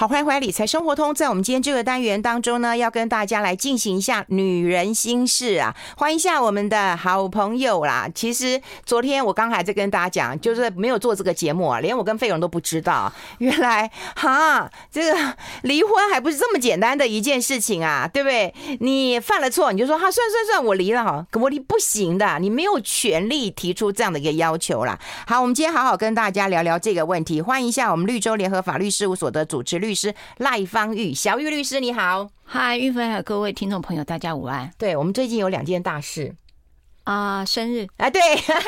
好，欢迎回来理财生活通。在我们今天这个单元当中呢，要跟大家来进行一下女人心事啊，欢迎一下我们的好朋友啦。其实昨天我刚才在跟大家讲，就是没有做这个节目啊，连我跟费勇都不知道，原来这个离婚还不是这么简单的一件事情啊，对不对？你犯了错，你就说算，我离了哈，我离不行的，你没有权利提出这样的一个要求啦。好，我们今天好好跟大家聊聊这个问题，欢迎一下我们绿洲联合法律事务所的主持律师赖芳玉，小玉律师你好。 嗨，玉芬和各位听众朋友大家午安。 对，我们最近有2件大事生日啊，对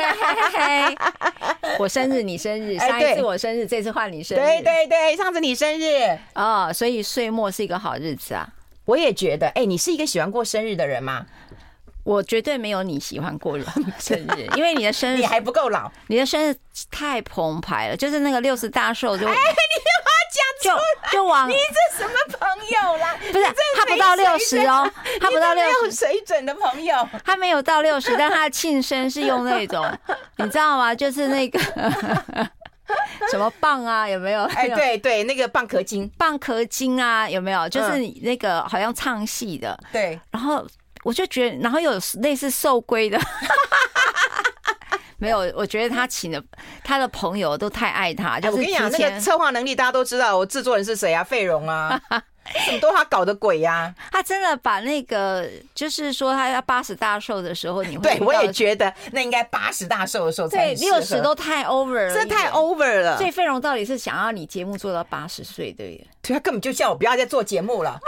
我生日你生日，上一次我生日，这次换你生日， 对，上次你生日所以岁末是一个好日子啊。 我也觉得，你是一个喜欢过生日的人吗？ 我绝对没有你喜欢过生日，因为你的生日你还不够老， 你的生日太澎湃了，就是那个60大寿就， 你把它讲就往你这什么朋友啦？ 不是，他不到60哦，他不到60， 没有水准的朋友， 他没有到60，但他的庆生是用那种，你知道吗？就是那个什么棒啊，有没有？ 对，那个蚌壳精啊，有没有？就是那个好像唱戏的， 对， 然后。我就觉得，然后有类似寿龟的，没有。我觉得他请的他的朋友都太爱他，就是我跟你讲，那个策划能力大家都知道，我制作人是谁啊？费荣啊，很多他搞的鬼呀。 他真的把那个，就是说他要80大寿的时候，你会对我也觉得那应该80大寿的时候才对，60都太 over 了， 这太 over 了。 所以费荣到底是想要你节目做到80岁，对不对？ 对，他根本就叫我不要再做节目了。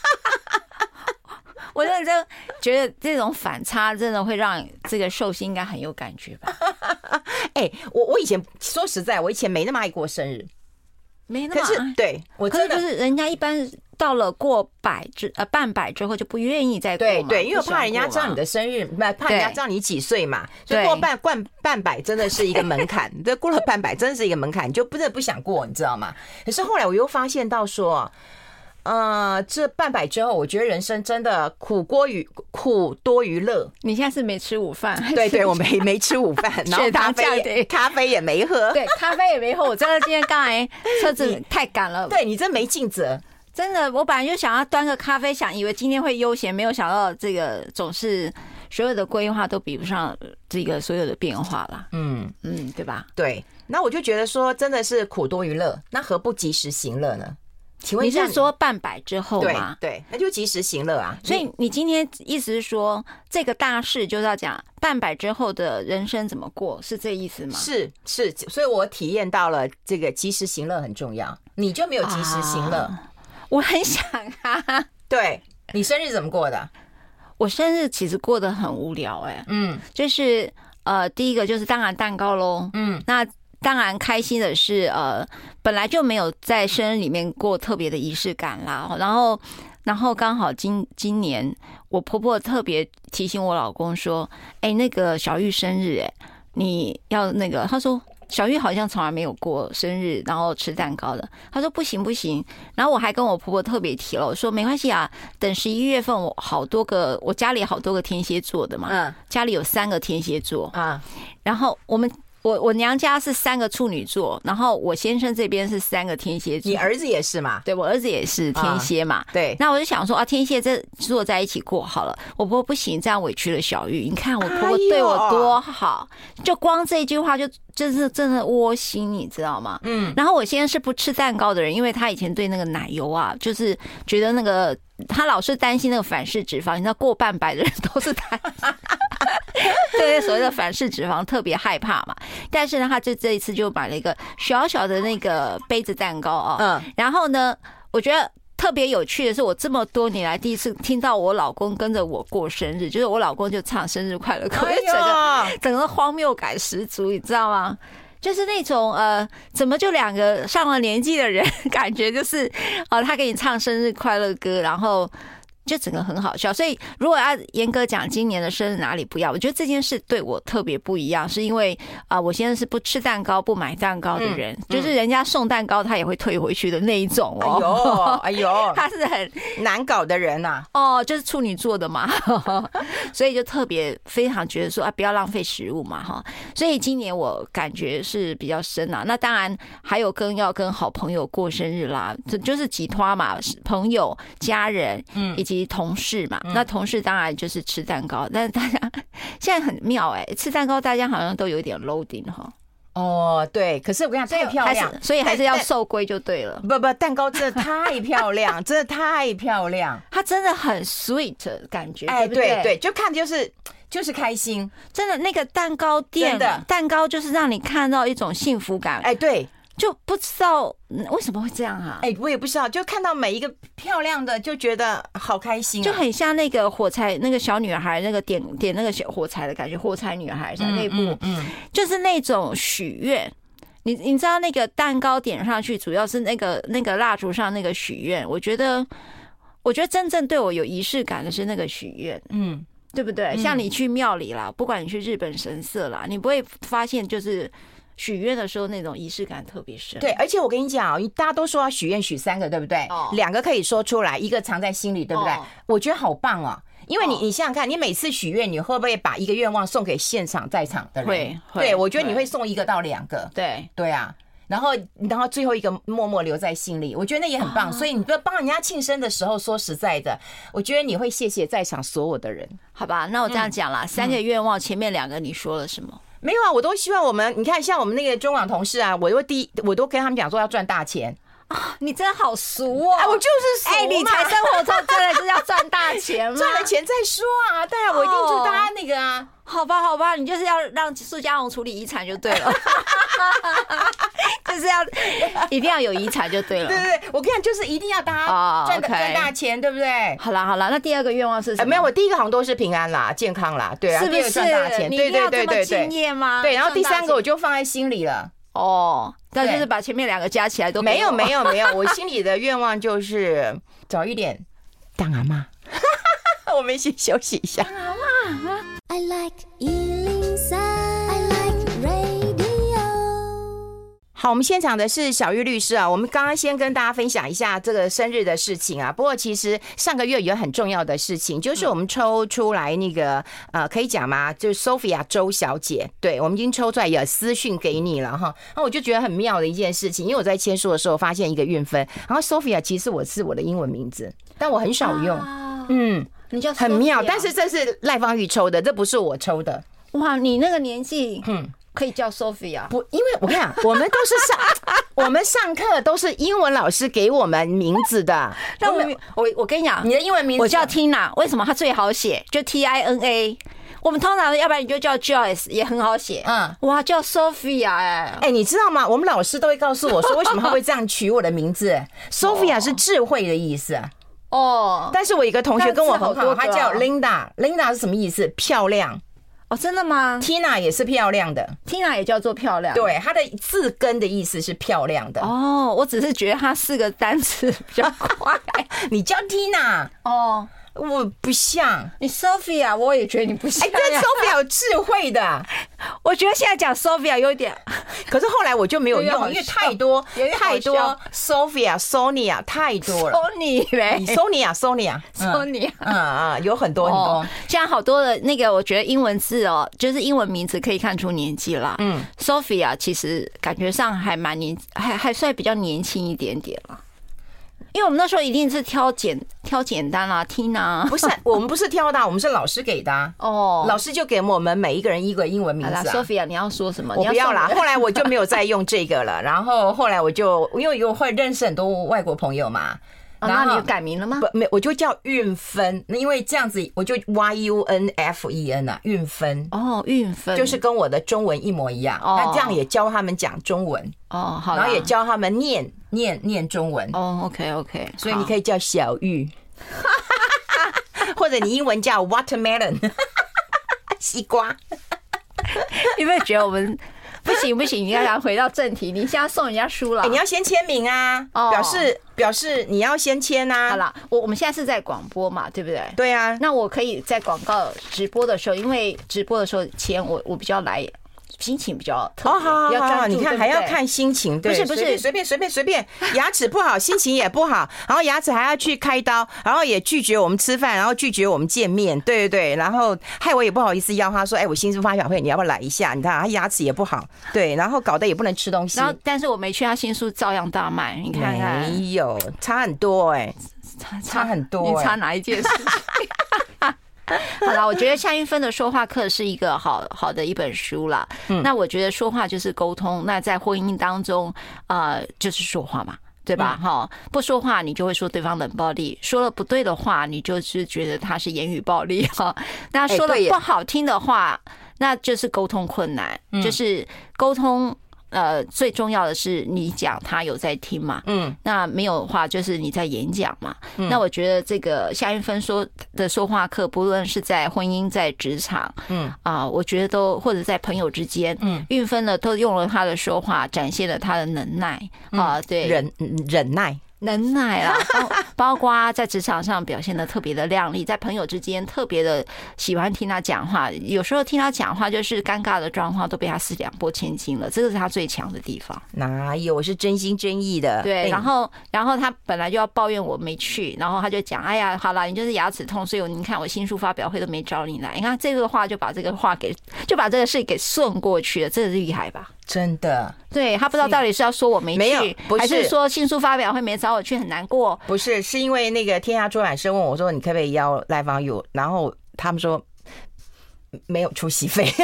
我认真觉得这种反差真的会让这个寿星应该很有感觉吧？ 我以前说实在，我以前没那么爱过生日， 没那么爱。 可是对我真的可是就是人家一般到了过半百之后就不愿意再过嘛。 对，因为我怕人家知道你的生日，怕人家知道你几岁嘛，所以过半百真的是一个门槛。对，过了半百真的是一个门槛，你就真的不想过，你知道吗？可是后来我又发现到说。这半百之后，我觉得人生真的苦多于乐。 你现在是没吃午饭？ 对，我没吃午饭，然后咖啡也没喝。 对，咖啡也没喝。我真的今天刚才车子太赶了。 对，你真没尽责。 真的，我本来就想要端个咖啡，以为今天会悠闲，没有想到这个总是所有的规划都比不上这个所有的变化啦。对吧？ 对，那我就觉得说，真的是苦多于乐，那何不及时行乐呢？请问你是说半百之后吗？ 对，那就及时行乐啊。 所以你今天意思是说，这个大事就是要讲半百之后的人生怎么过，是这意思吗？ 是，所以我体验到了这个及时行乐很重要。你就没有及时行乐？ 我很想啊。 对，你生日怎么过的？ 我生日其实过得很无聊就是第一个就是当然蛋糕咯。那当然开心的是本来就没有在生日里面过特别的仪式感啦，然后刚好今年我婆婆特别提醒我老公说，那个小玉生日你要那个，他说小玉好像从来没有过生日然后吃蛋糕的，他说不行，然后我还跟我婆婆特别提了，我说没关系啊，等11月份我家里好多个天蝎座的嘛，家里有3个天蝎座然后我娘家是3个处女座，然后我先生这边是3个天蝎座。 你儿子也是嘛？ 对，我儿子也是天蝎嘛。 对， 那我就想说天蝎这坐在一起过好了。我婆婆不行，这样委屈了小玉。你看我婆婆对我多好，就光这一句话就真的窝心，你知道吗？然后我先生是不吃蛋糕的人，因为他以前对那个奶油就是觉得那个他老是担心那个反式脂肪，你知道过半百的人都是担心。对所谓的反式脂肪特别害怕嘛，但是呢，他这一次就买了一个小小的那个杯子蛋糕然后呢，我觉得特别有趣的是，我这么多年来第一次听到我老公跟着我过生日，就是我老公就唱生日快乐歌，整个荒谬感十足，你知道吗？就是那种怎么就2个上了年纪的人，感觉就是他给你唱生日快乐歌，然后就整个很好笑。所以如果要严格讲今年的生日哪里不一样，我觉得这件事对我特别不一样，是因为我现在是不吃蛋糕不买蛋糕的人，就是人家送蛋糕他也会退回去的那一种哦。 哎呦， 他是很难搞的人呐。 就是处女座的嘛，所以就特别非常觉得说不要浪费食物嘛哈。所以今年我感觉是比较深啊。那当然还有要跟好朋友过生日啦，就是几拖嘛，朋友、家人，以及同事嘛。那同事当然就是吃蛋糕，但是大家现在很妙吃蛋糕大家好像都有点 loading 哈。 对，可是我跟你讲，太漂亮， 所以还是要受规就对了。 不，蛋糕真的太漂亮，真的太漂亮， 它真的很 sweet 的感觉， 对不对？ 对，就看就是开心， 真的那个蛋糕店的蛋糕就是让你看到一种幸福感， 对。 就不知道为什么会这样啊？ 我也不知道，就看到每一个漂亮的，就觉得好开心就很像那个火柴，那个小女孩，那个点那个小火柴的感觉，火柴女孩在那部，就是那种许愿。你知道那个蛋糕点上去，主要是那个蜡烛上那个许愿。我觉得真正对我有仪式感的是那个许愿，对不对？像你去庙里啦，不管你去日本神社啦，你不会发现就是许愿的时候那种仪式感特别深。 对，而且我跟你讲大家都说要许愿许3个，对不对？2个可以说出来，1个藏在心里，对不对？我觉得好棒哦。因为你想想看，你每次许愿，你会不会把一个愿望送给现场在场的人？ 会。 对，我觉得你会送1个到2个。对啊。然后最后1个默默留在心里，我觉得那也很棒。所以你不要帮人家庆生的时候，说实在的，我觉得你会谢谢在场所有的人。 好吧，那我这样讲啦，3个愿望，前面2个你说了什么？ 没有啊，我都希望我们，你看像我们那个中网同事啊，我都跟他们讲说要赚大钱。 你真的好俗哦！ 我就是俗嘛。 理财生活中真的是要赚大钱吗？ 赚了钱再说啊！当然，我一定祝大家那个啊。 好吧，你就是要让苏家宏处理遗产就对了，就是一定要有遗产就对了。 对，我跟你讲，就是一定要大家赚大钱，对不对？ 好啦，那第2个愿望是什么？ 没有，我第1个好像都是平安啦、健康啦，对啊， 是不是？ 赚大钱， 你一定要这么敬业吗？ 对，然后第3个我就放在心里了。 但就是把前面2个加起来都没有，我心里的愿望就是早一点当阿嬷。我们先休息一下。 I like 103, I like radio。 好，我们现场的是小玉律师啊。我们刚刚先跟大家分享一下这个生日的事情啊。不过其实上个月有很重要的事情，就是我们抽出来那个可以讲吗？就是 Sophia 周小姐，对，我们已经抽出来，也私讯给你了哈。那我就觉得很妙的一件事情，因为我在签书的时候发现一个运分，然后 Sophia 其实是我的英文名字，但我很少用， 你叫很妙。但是这是赖芳玉抽的，这不是我抽的。 哇，你那个年纪，可以叫 Sophia？ 不，因为我跟你讲，我们都是我们上课都是英文老师给我们名字的。 那我跟你讲， 你的英文名字我叫 Tina， 为什么它最好写？就 Tina。我们通常要不然你就叫 Joyce， 也很好写。哇，叫 Sophia 你知道吗？我们老师都会告诉我说，为什么他会这样取我的名字？Sophia 是智慧的意思。但是我一个同学跟我很好，他叫 Linda 是什么意思？漂亮。 真的吗 ？Tina 也是漂亮的 ，Tina 也叫做漂亮。 对，它的字根的意思是漂亮的。 我只是觉得它4个单词比较快。 你叫 Tina 我不像你 Sophia， 我也觉得你不像。 这 Sophia 有智慧的， 我觉得现在讲 Sophia 有点， 可是后来我就没有用，因为太多 Sophia、Sonia 太多了。Sonia， 有很多。 现在好多的那个，我觉得英文字就是英文名字可以看出年纪啦。Sophia 其实感觉上还蛮还算比较年轻一点点啦。因为我们那时候一定是挑简单啦 ，Tina 不是，我们不是挑的，我们是老师给的。老师就给我们每一个人一个英文名字。 Sophia， 你要说什么？ 我不要啦。后来我就没有再用这个了。然后后来因为我会认识很多外国朋友嘛。 那你改名了吗？ 没，我就叫运分，因为这样子我就 YUNFEN 啊，运分。 运分就是跟我的中文一模一样。那这样也教他们讲中文。 好， 然后也教他们念中文。 OK， 所以你可以叫小玉，或者你英文叫 watermelon， 西瓜。 有没有觉得我们不行？你要回到正题，你现在送人家书了， 你要先签名啊，表示表示你要先签啊。 好了，我们现在是在广播嘛，对不对？ 对啊， 那我可以在广告直播的时候，因为直播的时候签我比较来。心情比较特别， 好， 比较专注， 你看还要看心情，对， 不是随便，牙齿不好，心情也不好，然后牙齿还要去开刀，然后也拒绝我们吃饭，然后拒绝我们见面，对，然后害我也不好意思邀他说，我新书发表会你要不要来一下？你看他牙齿也不好，对，然后搞得也不能吃东西， 然后但是我没去，他新书照样大卖，你看看， 没有差很多差很多， 你差哪一件事情？好啦，我觉得夏运芬的说话课是一个好的一本书啦。那我觉得说话就是沟通，那在婚姻当中，就是说话嘛，对吧？不说话你就会说对方冷暴力，说了不对的话，你就是觉得他是言语暴力哈。那说了不好听的话，那就是沟通困难，就是沟通。最重要的是你讲他有在听嘛，那没有的话就是你在演讲嘛，那我觉得这个夏运芬说的说话课，不论是在婚姻、在职场，我觉得都或者在朋友之间，运芬呢都用了他的说话，展现了他的能耐对， 忍耐。 能耐啦，包括在职场上表现的特别的亮丽，在朋友之间特别的喜欢听他讲话，有时候听他讲话就是尴尬的状况都被他四两拨千斤了，这个是他最强的地方。 哪有，我是真心真意的。 对，然后他本来就要抱怨我没去，然后他就讲，哎呀，好啦，你就是牙齿痛，所以你看我新书发表会都没找你来，你看这个话就把这个事给顺过去了，这是厉害吧？ 真的， 对，他不知道到底是要说我没去， 不是还是说新书发表会没找我去很难过？ 不是，是因为那个天下出版社问我说，你可不可以邀赖芳玉？然后他们说没有出席费。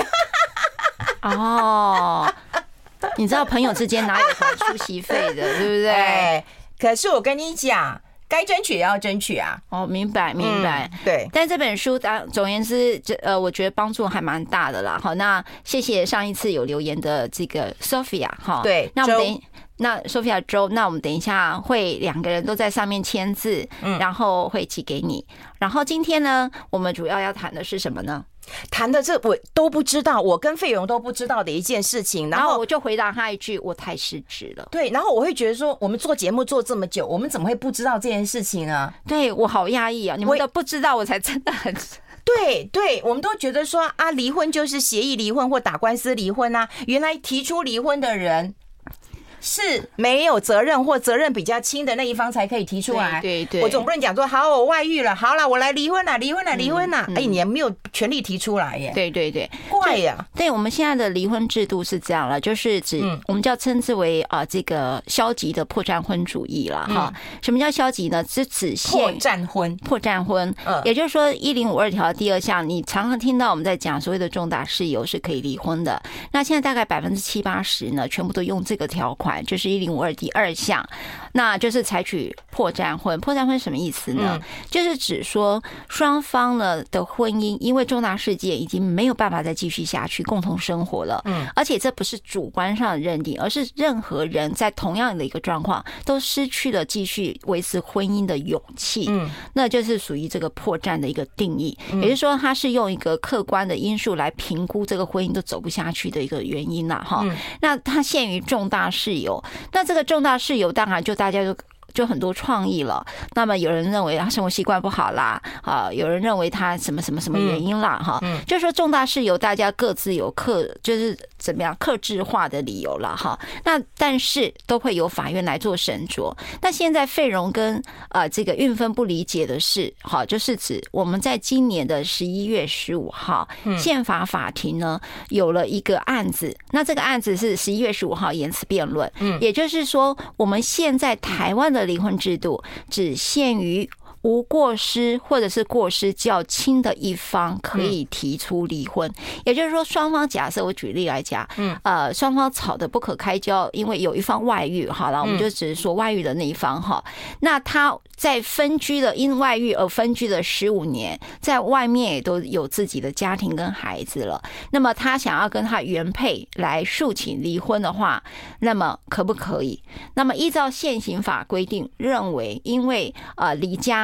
你知道朋友之间哪有出席费的，对不对？ 可是我跟你讲。该争取也要争取啊！ 明白。 对， 但这本书总而言之，我觉得帮助还蛮大的啦。好，那谢谢上一次有留言的这个 Sophia 哈。 对， 那我们Sophia 周，那我们等一下会两个人都在上面签字，然后会寄给你。然后今天呢，我们主要要谈的是什么呢？ 谈的这我都不知道，我跟费荣都不知道的一件事情， 然后我就回答他一句：“我太失职了。” 对，然后我会觉得说，我们做节目做这么久，我们怎么会不知道这件事情呢？ 对我好压抑啊！你们都不知道，我才真的很对，我们都觉得说啊，离婚就是协议离婚或打官司离婚啊，原来提出离婚的人。是没有责任或责任比较轻的那一方才可以提出来。 对， 我总不能讲说好我外遇了，好了我来离婚了。你也没有权利提出来耶。 对， 怪呀。 对，我们现在的离婚制度是这样了，就是指我们称之为这个消极的破绽婚主义了哈。什么叫消极呢？是指破绽婚。 也就是说1052条第2项，你常常听到我们在讲所谓的重大事由是可以离婚的。那现在大概70-80%呢，全部都用这个条款。就是1052第2项，那就是采取破绽婚。破绽婚什么意思呢？就是指说双方呢的婚姻因为重大事件已经没有办法再继续下去共同生活了。而且这不是主观上的认定，而是任何人在同样的一个状况都失去了继续维持婚姻的勇气。那就是属于这个破绽的一个定义。也就是说，它是用一个客观的因素来评估这个婚姻都走不下去的一个原因啦。那它限于重大事由。那这个重大事由当然就大家就很多创意了。那么有人认为他生活习惯不好啦，有人认为他什么原因啦，就是说重大事由大家各自有就是怎么样客制化的理由了哈。那但是都会由法院来做审酌。那现在费荣跟这个运芬不理解的是，就是指我们在今年的11月15号，宪法法庭呢有了一个案子。那这个案子是11月15号言辞辩论，也就是说我们现在台湾的离婚制度只限于无过失或者是过失较轻的一方可以提出离婚。也就是说，双方假设我举例来讲，双方吵得不可开交，因为有一方外遇，好了，我们就只是说外遇的那一方哈，那他在分居了，因外遇而分居了15年，在外面也都有自己的家庭跟孩子了。那么他想要跟他原配来诉请离婚的话，那么可不可以？那么依照现行法规定，认为因为离家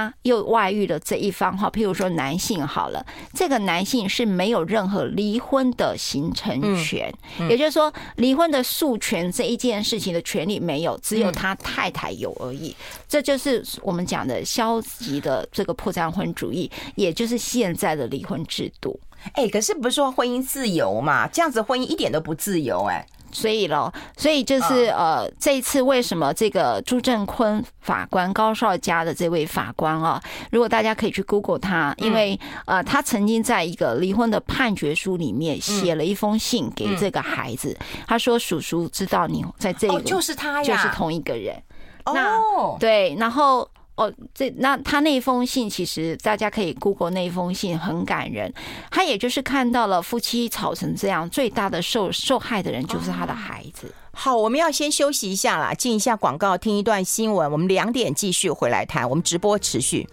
他又外遇了这一方哈，譬如说男性好了，这个男性是没有任何离婚的形成权，也就是说离婚的诉权这一件事情的权利没有，只有他太太有而已。这就是我们讲的消极的这个破绽婚主义，也就是现在的离婚制度。 可是不是说婚姻自由嘛？这样子婚姻一点都不自由所以就是这一次为什么这个朱正坤法官高绍嘉的这位法官啊，如果大家可以去 Google 他，因为他曾经在一个离婚的判决书里面写了一封信给这个孩子，他说叔叔知道你在这个就是他呀， 就是同一个人。那对，然后那他那封信其实大家可以 Google 那封信很感人，他也就是看到了夫妻吵成这样，最大的受害的人就是他的孩子。 好，我们要先休息一下啦，进一下广告，听一段新闻，我们2点继续回来谈，我们直播持续。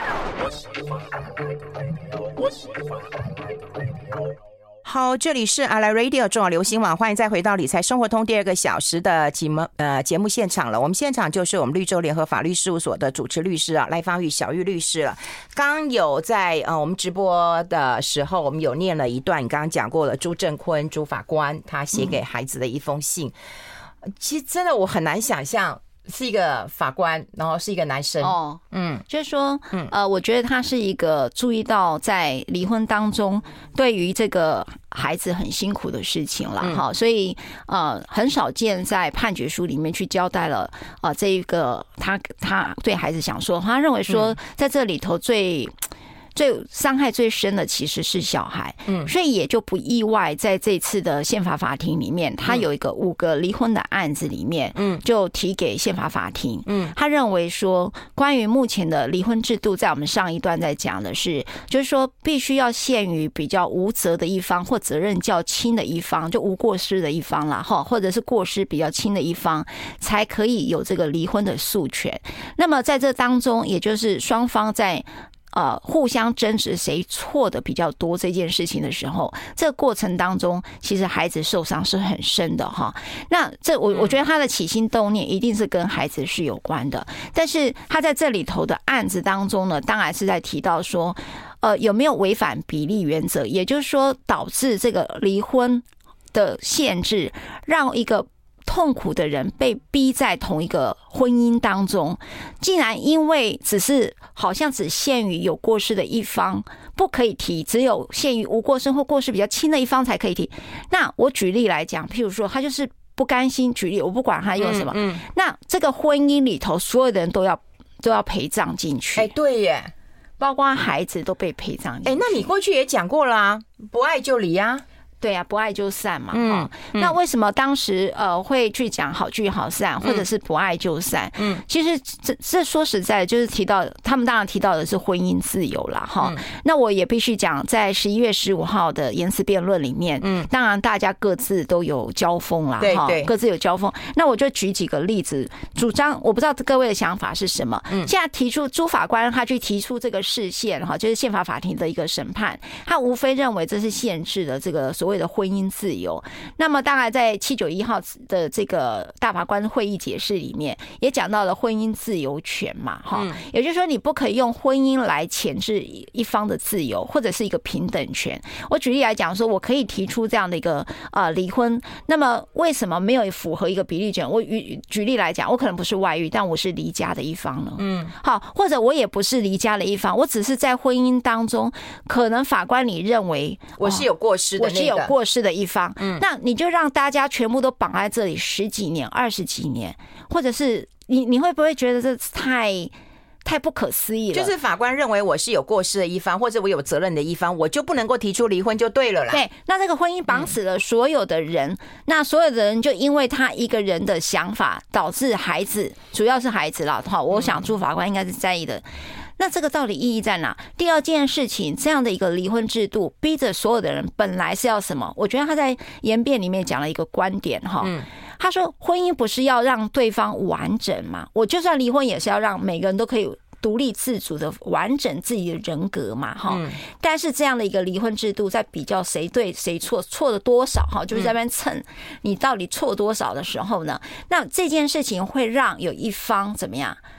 好，这里是 I Like Radio 中网流行网，欢迎再回到理财生活通第2个小时的节目现场了。我们现场就是我们绿洲联合法律事务所的主持律师赖芳玉小玉律师了。刚有在我们直播的时候，我们有念了一段你刚刚讲过的朱正坤朱法官他写给孩子的一封信。其实真的我很难想象是一个法官，然后是一个男生。 就是说，我觉得他是一个注意到在离婚当中对于这个孩子很辛苦的事情了哈，所以很少见在判决书里面去交代了这一个他对孩子想说，他认为说在这里头最伤害最深的其实是小孩，所以也就不意外，在这次的宪法法庭里面，他有一个5个离婚的案子里面，就提给宪法法庭，他认为说，关于目前的离婚制度，在我们上一段在讲的是，就是说必须要限于比较无责的一方或责任较轻的一方，就无过失的一方啦，或者是过失比较轻的一方，才可以有这个离婚的诉权。那么在这当中，也就是双方在互相争执谁错的比较多这件事情的时候，这个过程当中，其实孩子受伤是很深的哈。那我觉得他的起心动念一定是跟孩子是有关的，但是他在这里头的案子当中呢，当然是在提到说，有没有违反比例原则，也就是说导致这个离婚的限制，让一个痛苦的人被逼在同一个婚姻当中，竟然因为好像只限于有过失的一方不可以提，只有限于无过失或过失比较轻的一方才可以提。那我举例来讲，譬如说他就是不甘心，举例我不管他用什么，那这个婚姻里头所有的人都要陪葬进去。 对耶， 包括孩子都被陪葬进去。 那你过去也讲过啦，不爱就离啊。 对啊，不爱就散嘛。那为什么当时会去讲好聚好散，或者是不爱就散？其实这说实在就是提到他们当然提到的是婚姻自由啦哈。那我也必须讲，在11月15号的言辞辩论里面，当然大家各自都有交锋啦， 对， 各自有交锋。那我就举几个例子，主张我不知道各位的想法是什么。现在提出朱法官他去提出这个释宪哈，就是宪法法庭的一个审判，他无非认为这是限制了这个所谓的婚姻自由。那么当然在791号的这个大法官会议解释里面也讲到了婚姻自由权嘛，也就是说你不可以用婚姻来钳制一方的自由或者是一个平等权。我举例来讲说，我可以提出这样的一个离婚，那么为什么没有符合一个比例权？我举例来讲，我可能不是外遇，但我是离家的一方呢。好，或者我也不是离家的一方，我只是在婚姻当中，可能法官你认为我是有过失的， 我是有过失的一方，那你就让大家全部都绑在这里10几年、20几年，或者是你会不会觉得这太不可思议了？ 就是法官认为我是有过失的一方，或者我有责任的一方，我就不能够提出离婚就对了啦。 对，那这个婚姻绑死了所有的人，那所有的人就因为他一个人的想法，导致孩子，主要是孩子啦。我想朱法官应该是在意的。那这个到底意义在哪？第二件事情，这样的一个离婚制度逼着所有的人本来是要什么？我觉得他在言辩里面讲了一个观点哈，他说婚姻不是要让对方完整嘛，我就算离婚也是要让每个人都可以独立自主的完整自己的人格嘛哈。但是这样的一个离婚制度在比较谁对谁错，错了多少哈，就是在那边蹭你到底错多少的时候呢，那这件事情会让有一方怎么样？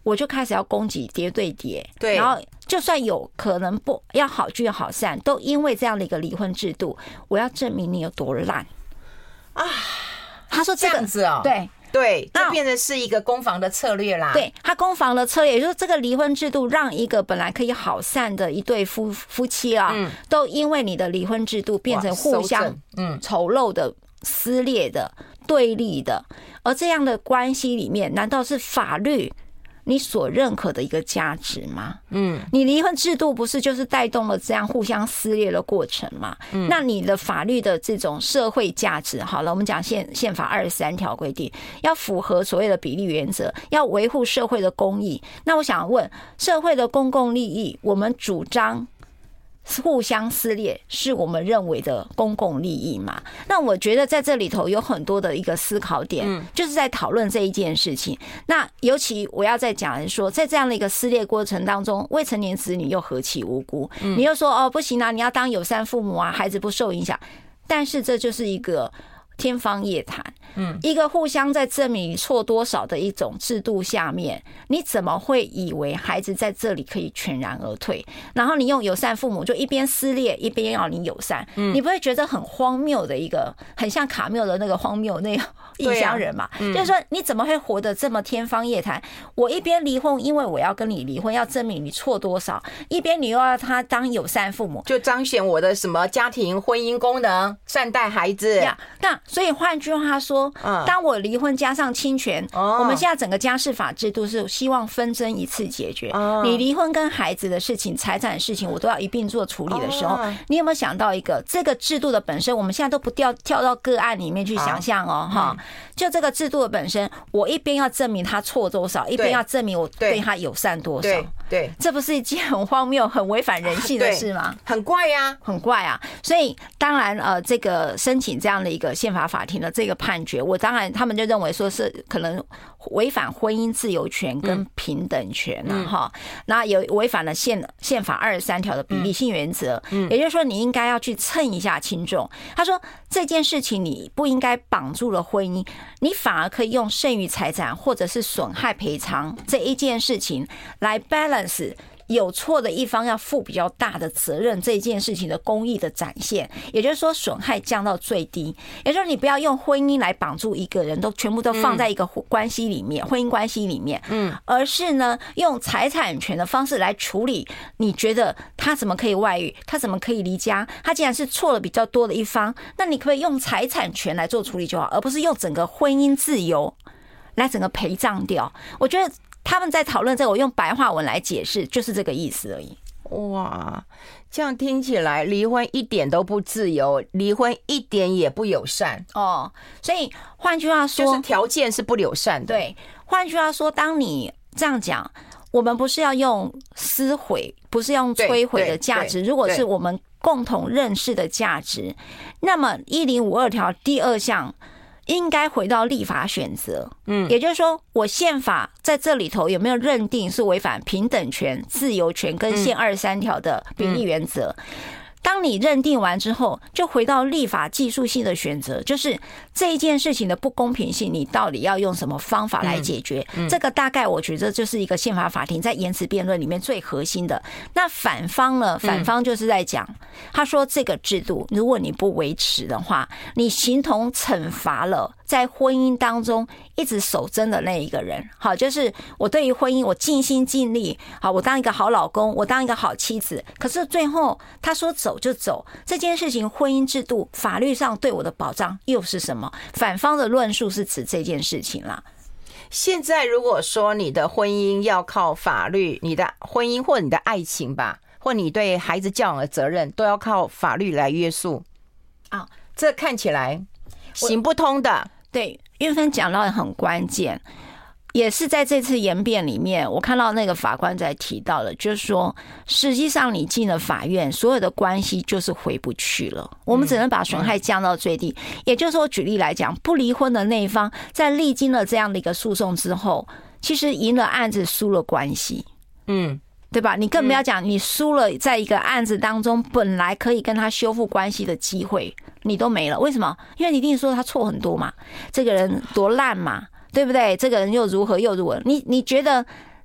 我就开始要攻击叠对叠， 对， 然后就算有可能不要好聚好散，都因为这样的一个离婚制度，我要证明你有多烂啊。 他说这样子哦， 对。 对，就变成是一个攻防的策略啦。 对，他攻防的策略，也就是这个离婚制度让一个本来可以好散的一对夫妻啦，都因为你的离婚制度变成互相丑陋的、撕裂的、对立的。而这样的关系里面，难道是法律你所认可的一个价值吗？你离婚制度不是就是带动了这样互相撕裂的过程吗？那你的法律的这种社会价值，好了，我们讲宪法23条规定，要符合所谓的比例原则，要维护社会的公益。那我想问，社会的公共利益，我们主张互相撕裂是我们认为的公共利益嘛？那我觉得在这里头有很多的一个思考点，就是在讨论这一件事情。那尤其我要再讲的是说，在这样的一个撕裂过程当中，未成年子女又何其无辜？你又说哦不行啊，你要当友善父母啊，孩子不受影响。但是这就是一个天方夜谭。一个互相在证明错多少的一种制度下面，你怎么会以为孩子在这里可以全然而退？然后你用友善父母就一边撕裂一边要你友善，你不会觉得很荒谬的一个，很像卡缪的那个荒谬那个异乡人嘛？就是说你怎么会活得这么天方夜谭？我一边离婚，因为我要跟你离婚，要证明你错多少；一边你又要他当友善父母， 就彰显我的什么家庭婚姻功能，善待孩子。 那所以换句话说，当我离婚加上侵权，我们现在整个家事法制度是希望纷争一次解决。你离婚跟孩子的事情、财产的事情，我都要一并做处理的时候，你有没有想到一个这个制度的本身？我们现在都不跳到个案里面去想象哦，哈，就这个制度的本身，我一边要证明他错多少，一边要证明我对他友善多少。 对， 这不是一件很荒谬、很违反人性的事吗？ 很怪呀， 很怪啊！所以当然，这个申请这样的一个宪法法庭的这个判决，我当然他们就认为说是可能违反婚姻自由权跟平等权了哈。那有违反了宪法23条的比例性原则，也就是说你应该要去称一下轻重。他说这件事情你不应该绑住了婚姻，你反而可以用剩余财产或者是损害赔偿这一件事情来 balance。有错的一方要负比较大的责任，这件事情的公义的展现，也就是说损害降到最低。也就是说你不要用婚姻来绑住一个人，都全部都放在一个关系里面，婚姻关系里面，而是呢用财产权的方式来处理。你觉得他怎么可以外遇？他怎么可以离家？他既然是错了比较多的一方，那你可不可以用财产权来做处理就好，而不是用整个婚姻自由来整个陪葬掉？我觉得他们在讨论这个，我用白话文来解释，就是这个意思而已。 哇，这样听起来，离婚一点都不自由，离婚一点也不友善哦。所以换句话说， 就是条件是不友善的。 对，换句话说，当你这样讲，我们不是要用撕毁，不是用摧毁的价值。如果是我们共同认识的价值，那么1052条第2项。应该回到立法选择，也就是说，我宪法在这里头有没有认定是违反平等权、自由权跟宪23条的比例原则？当你认定完之后，就回到立法技术性的选择，就是这一件事情的不公平性，你到底要用什么方法来解决？这个大概我觉得就是一个宪法法庭在言辞辩论里面最核心的。那反方呢？反方就是在讲，他说这个制度如果你不维持的话，你形同惩罚了在婚姻当中一直守贞的那一个人。好，就是我对于婚姻我尽心尽力，好，我当一个好老公，我当一个好妻子，可是最后他说走就走，这件事情婚姻制度法律上对我的保障又是什么？反方的论述是指这件事情啦。 现在如果说你的婚姻要靠法律，你的婚姻或你的爱情吧，或你对孩子教养的责任都要靠法律来约束啊，这看起来行不通的。 对，运芬讲到很关键，也是在这次言辩里面，我看到那个法官在提到了，就是说，实际上你进了法院，所有的关系就是回不去了。我们只能把损害降到最低。也就是说，举例来讲，不离婚的那一方，在历经了这样的一个诉讼之后，其实赢了案子，输了关系。对吧？你更不要讲，你输了，在一个案子当中，本来可以跟他修复关系的机会，你都没了。为什么？因为你一定说他错很多嘛，这个人多烂嘛，对不对？这个人又如何又如何？你觉得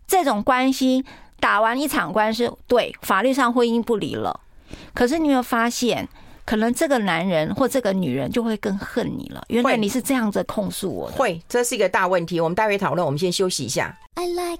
这种关系打完一场官司，对，法律上婚姻不离了，可是你有没有发现？可能这个男人或这个女人就会更恨你了。原来你是这样子控诉我的， 会，这是一个大问题。我们待会讨论，我们先休息一下。 I like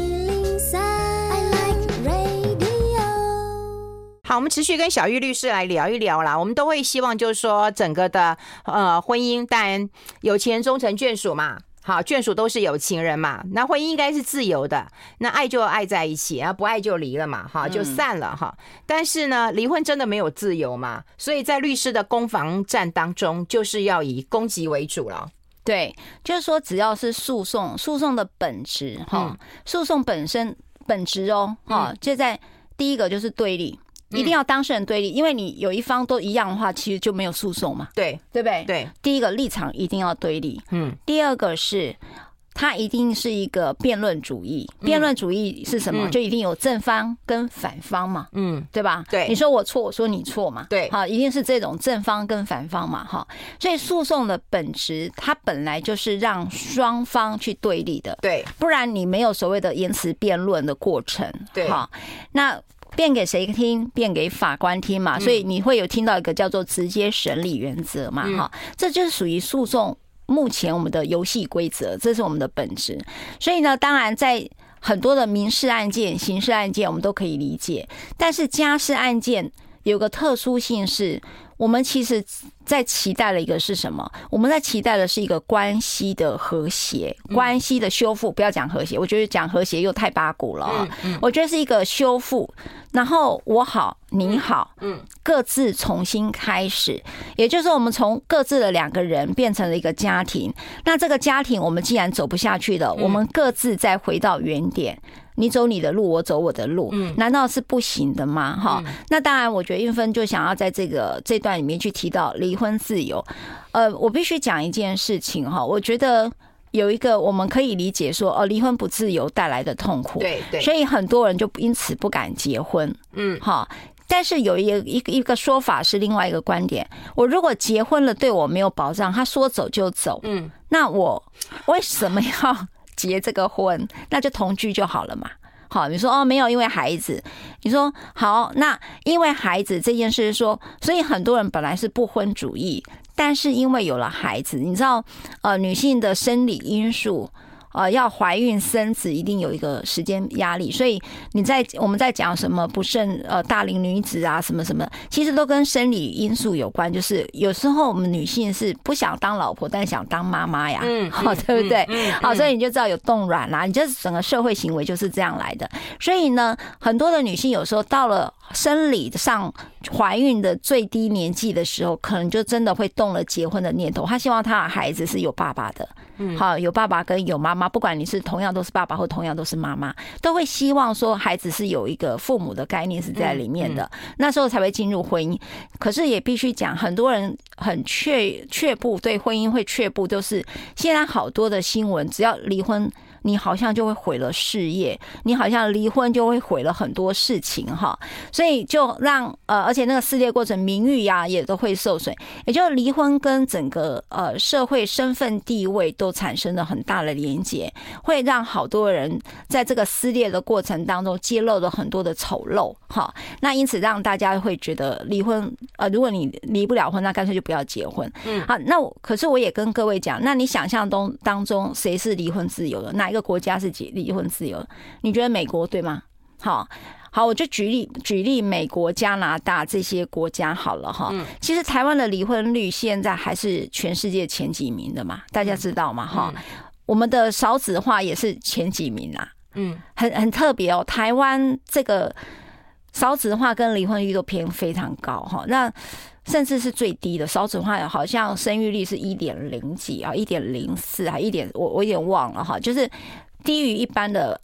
103, I like radio。 好，我们持续跟小玉律师来聊一聊啦。我们都会希望就是说整个的婚姻，当然有情人终成眷属嘛。好，眷属都是有情人嘛，那婚姻应该是自由的，那爱就爱在一起，不爱就离了嘛，哈，就散了哈。但是呢，离婚真的没有自由嘛，所以在律师的攻防战当中，就是要以攻击为主了。 对，就是说只要是诉讼的本质哈，诉讼本质哦，哈，就在第一个就是对立。一定要当事人对立，因为你有一方都一样的话，其实就没有诉讼嘛， 对不对？ 对， 第一个立场一定要对立，第二个是它一定是一个辩论主义。辩论主义是什么？就一定有正方跟反方嘛，对吧？ 对， 你说我错，我说你错嘛， 对， 好，一定是这种正方跟反方嘛，哈。所以诉讼的本质，它本来就是让双方去对立的， 对， 不然你没有所谓的言辞辩论的过程， 对， 好，那。辩给谁听？辩给法官听嘛，所以你会有听到一个叫做直接审理原则嘛，哈，这就是属于诉讼目前我们的游戏规则，这是我们的本质。所以呢，当然在很多的民事案件、刑事案件，我们都可以理解，但是家事案件有个特殊性是。我们其实在期待的一个是什么？我们在期待的是一个关系的和谐，关系的修复。不要讲和谐，我觉得讲和谐又太八股了。我觉得是一个修复，然后我好你好，各自重新开始。也就是说，我们从各自的两个人变成了一个家庭。那这个家庭，我们既然走不下去了，我们各自再回到原点。你走你的路，我走我的路，难道是不行的吗？哈，那当然，我觉得韵芬就想要在这段里面去提到离婚自由。我必须讲一件事情哈，我觉得有一个我们可以理解说，离婚不自由带来的痛苦， 对对， 所以很多人就因此不敢结婚，哈。但是有一个说法是另外一个观点，我如果结婚了对我没有保障，他说走就走，那我为什么要结这个婚？那就同居就好了嘛。好，你说没有，因为孩子。你说好，那因为孩子这件事是说，所以很多人本来是不婚主义，但是因为有了孩子，你知道女性的生理因素。要怀孕生子一定有一个时间压力，所以我们在讲什么不慎大龄女子啊什么什么，其实都跟生理因素有关。就是有时候我们女性是不想当老婆，但想当妈妈呀，好，对不对？好，所以你就知道有冻卵啦，你就是整个社会行为就是这样来的。所以呢，很多的女性有时候到了生理上怀孕的最低年纪的时候，可能就真的会动了结婚的念头。她希望她的孩子是有爸爸的，好，有爸爸跟有妈妈，不管你是同样都是爸爸或同样都是妈妈，都会希望说孩子是有一个父母的概念是在里面的，那时候才会进入婚姻。可是也必须讲，很多人很却步，对婚姻会却步，就是现在好多的新闻，只要离婚。你好像就会毁了事业，你好像离婚就会毁了很多事情哈，所以就让而且那个撕裂过程名誉呀也都会受损，也就是离婚跟整个社会身份地位都产生了很大的连结，会让好多人在这个撕裂的过程当中揭露了很多的丑陋哈，那因此让大家会觉得离婚如果你离不了婚，那干脆就不要结婚。好，那可是我也跟各位讲，那你想象当中谁是离婚自由的？哪一个国家是离婚自由？你觉得美国对吗？好，我就举例美国、加拿大这些国家好了哈。其实台湾的离婚率现在还是全世界前几名的嘛，大家知道吗？哈，我们的少子化也是前几名啊。很特别哦，台湾这个少子化跟离婚率都偏非常高哈。那甚至是最低的少子化，好像生育率是 1.0 几啊 1.04 还我有点忘了哈，就是低于一般的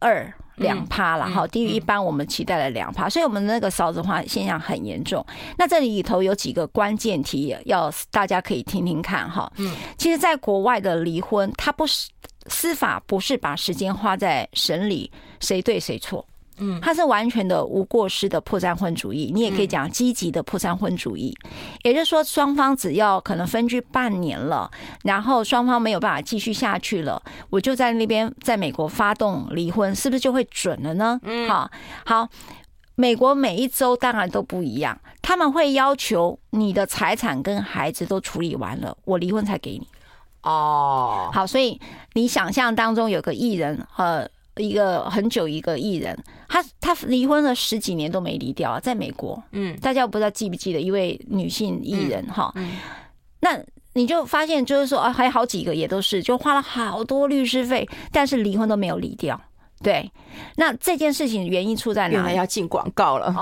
2%啦哈，低于一般我们期待的2%，所以我们那个少子化现象很严重。那这里头有几个关键题，要大家可以听听看哈。其实，在国外的离婚，它不是司法不是把时间花在审理谁对谁错。 它是完全的无过失的破产婚主义，你也可以讲积极的破产婚主义。也就是说，双方只要可能分居半年了，然后双方没有办法继续下去了，我就在那边在美国发动离婚，是不是就会准了呢？好。美国每一州当然都不一样，他们会要求你的财产跟孩子都处理完了，我离婚才给你。好，所以你想象当中有个艺人，一个艺人，他离婚了10几年都没离掉啊，在美国。大家不知道记不记得一位女性艺人哈？那你就发现就是说，还有好几个也都是，就花了好多律师费，但是离婚都没有离掉。对，那这件事情原因出在哪里？ 原来要进广告了。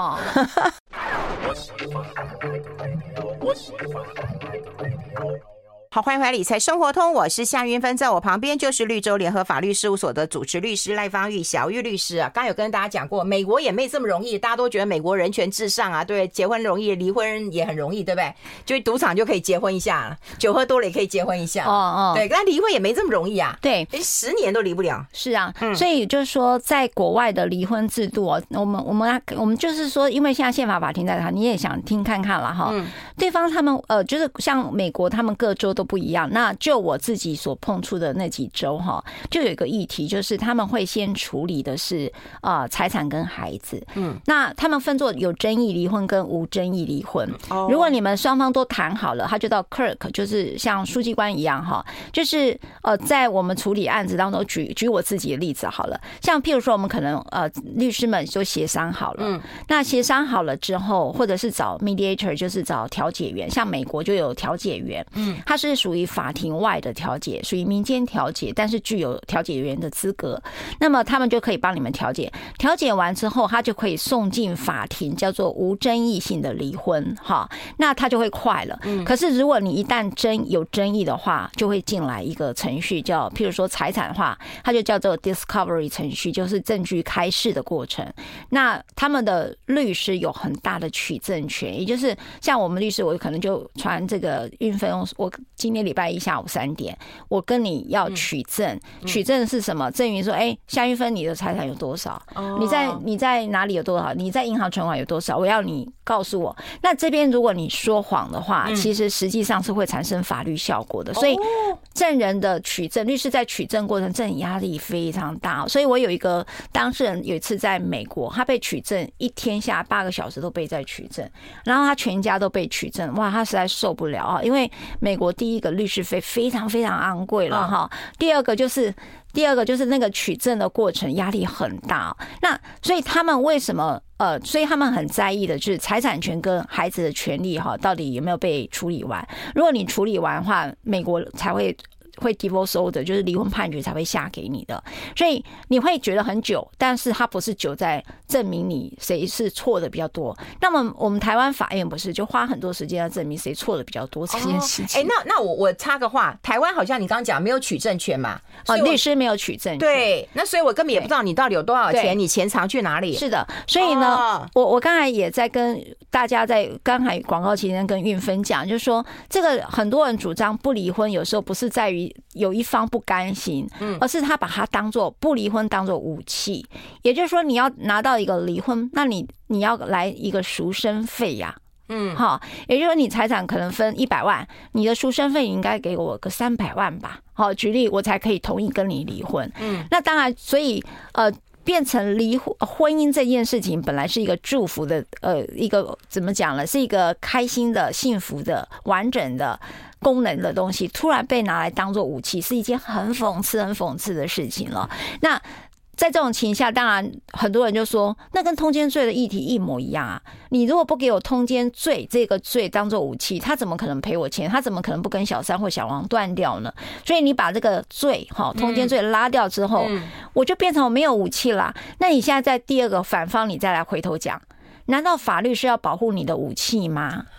好，欢迎回来理财生活通，我是夏云芬，在我旁边就是绿洲联合法律事务所的主持律师赖芳玉，小玉律师啊。刚有跟大家讲过，美国也没这么容易，大家都觉得美国人权至上啊，对，结婚容易，离婚也很容易，对不对？就赌场就可以结婚一下，酒喝多了也可以结婚一下，对，但离婚也没这么容易啊， 对 ，10年都离不了。 是啊，所以就是说，在国外的离婚制度我们就是说，因为现在宪法法庭在谈，你也想听看看了哈。对方他们就是像美国，他们各州都不一样。那就我自己所碰触的那几州哈，就有一个议题，就是他们会先处理的是财产跟孩子。那他们分作有争议离婚跟无争议离婚。如果你们双方都谈好了，他就到 clerk， 就是像书记官一样哈，就是在我们处理案子当中，举我自己的例子好了，像譬如说我们可能律师们就协商好了，那协商好了之后，或者是找 mediator， 就是找调解员，像美国就有调解员，它是属于法庭外的调解，属于民间调解，但是具有调解员的资格。那么他们就可以帮你们调解，调解完之后，他就可以送进法庭，叫做无争议性的离婚，哈，那他就会快了。可是如果你一旦有争议的话，就会进来一个程序，叫譬如说财产的话，它就叫做 discovery 程序，就是证据开示的过程。那他们的律师有很大的取证权，也就是像我们律师，我可能就传这个运费用，我今天礼拜一下午3点，我跟你要取证，取证是什么？证明说，夏运芬你的财产有多少？你在哪里有多少？你在银行存款有多少？我要你告诉我。那这边如果你说谎的话，其实实际上是会产生法律效果的。所以证人的取证，律师在取证过程，证人压力非常大。所以我有一个当事人有一次在美国，他被取证1天下8个小时都被在取证，然后他全家都被取证，哇，他实在受不了啊！因为美国第一个律师费非常非常昂贵了哈，第二个就是那个取证的过程压力很大。那所以他们为什么所以他们很在意的就是财产权跟孩子的权利哈，到底有没有被处理完？如果你处理完的话，美国才会 divorce order， 就是离婚判决才会下给你的。所以你会觉得很久，但是它不是久在证明你谁是错的比较多。那么我们台湾法院不是就花很多时间要证明谁错的比较多这件事情。 那我插个话，台湾好像你刚刚讲没有取证权嘛？ 律师没有取证权。 对，那所以我根本也不知道你到底有多少钱，你钱藏去哪里？ 是的，所以呢，我刚才也在跟大家在刚才广告期间跟运芬讲，就是说这个很多人主张不离婚，有时候不是在于有一方不甘心，而是他把它当做不离婚当做武器。也就是说，你要拿到一个离婚，那你要来一个赎身费呀。好，也就是说你财产可能分100万，你的赎身费你应该给我个300万吧。好，举例我才可以同意跟你离婚。那当然，所以变成婚姻这件事情本来是一个祝福的，一个怎么讲呢？是一个开心的、幸福的、完整的功能的东西，突然被拿来当做武器，是一件很讽刺的事情了。那在这种情况下，当然很多人就说，那跟通奸罪的议题一模一样啊！你如果不给我通奸罪这个罪当做武器，他怎么可能赔我钱？他怎么可能不跟小三或小王断掉呢？所以你把这个罪通奸罪拉掉之后，我就变成我没有武器啦。那你现在在第二个反方，你再来回头讲，难道法律是要保护你的武器吗？